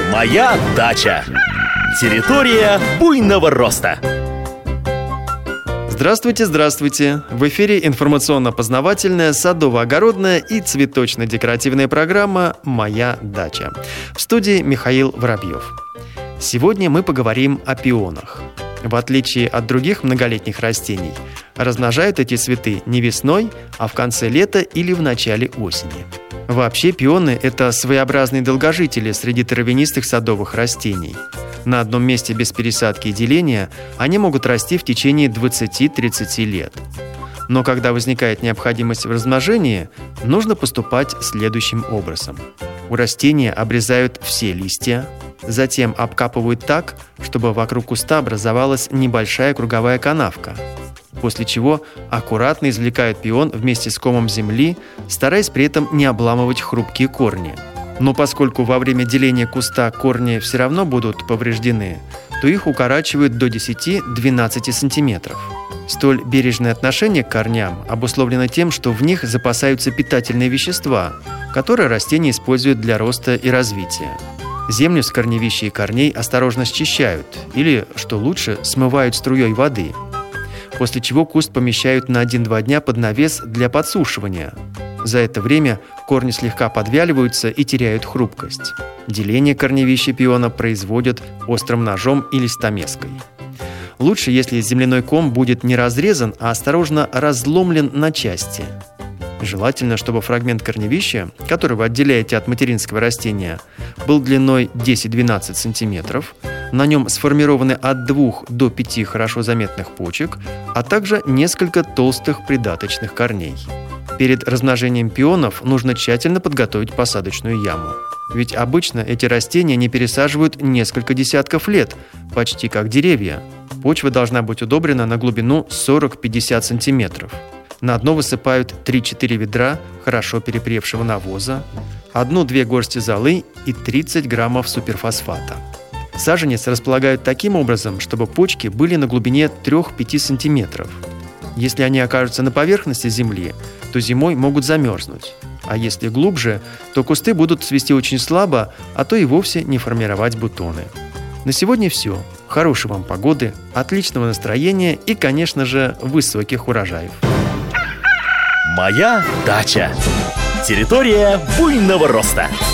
Моя дача. Территория буйного роста. Здравствуйте, здравствуйте! В эфире информационно-познавательная, садово-огородная и цветочно-декоративная программа «Моя дача». В студии Михаил Воробьев. Сегодня мы поговорим о пионах. В отличие от других многолетних растений, размножают эти цветы не весной, а в конце лета или в начале осени. Вообще пионы – это своеобразные долгожители среди травянистых садовых растений. На одном месте без пересадки и деления они могут расти в течение 20-30 лет. Но когда возникает необходимость в размножении, нужно поступать следующим образом. У растения обрезают все листья, затем обкапывают так, чтобы вокруг куста образовалась небольшая круговая канавка, после чего аккуратно извлекают пион вместе с комом земли, стараясь при этом не обламывать хрупкие корни. Но поскольку во время деления куста корни все равно будут повреждены, то их укорачивают до 10-12 сантиметров. Столь бережное отношение к корням обусловлено тем, что в них запасаются питательные вещества, которые растения используют для роста и развития. Землю с корневища и корней осторожно счищают или, что лучше, смывают струей воды, после чего куст помещают на 1-2 дня под навес для подсушивания. За это время корни слегка подвяливаются и теряют хрупкость. Деление корневища пиона производят острым ножом или стамеской. Лучше, если земляной ком будет не разрезан, а осторожно разломлен на части. Желательно, чтобы фрагмент корневища, который вы отделяете от материнского растения, был длиной 10-12 см, на нем сформированы от 2 до 5 хорошо заметных почек, а также несколько толстых придаточных корней. Перед размножением пионов нужно тщательно подготовить посадочную яму. Ведь обычно эти растения не пересаживают несколько десятков лет, почти как деревья. Почва должна быть удобрена на глубину 40-50 см. На дно высыпают 3-4 ведра хорошо перепревшего навоза, 1-2 горсти золы и 30 граммов суперфосфата. Саженец располагают таким образом, чтобы почки были на глубине 3-5 см. Если они окажутся на поверхности земли, то зимой могут замерзнуть. А если глубже, то кусты будут цвести очень слабо, а то и вовсе не формировать бутоны. На сегодня все. Хорошей вам погоды, отличного настроения и, конечно же, высоких урожаев. Моя дача. Территория буйного роста.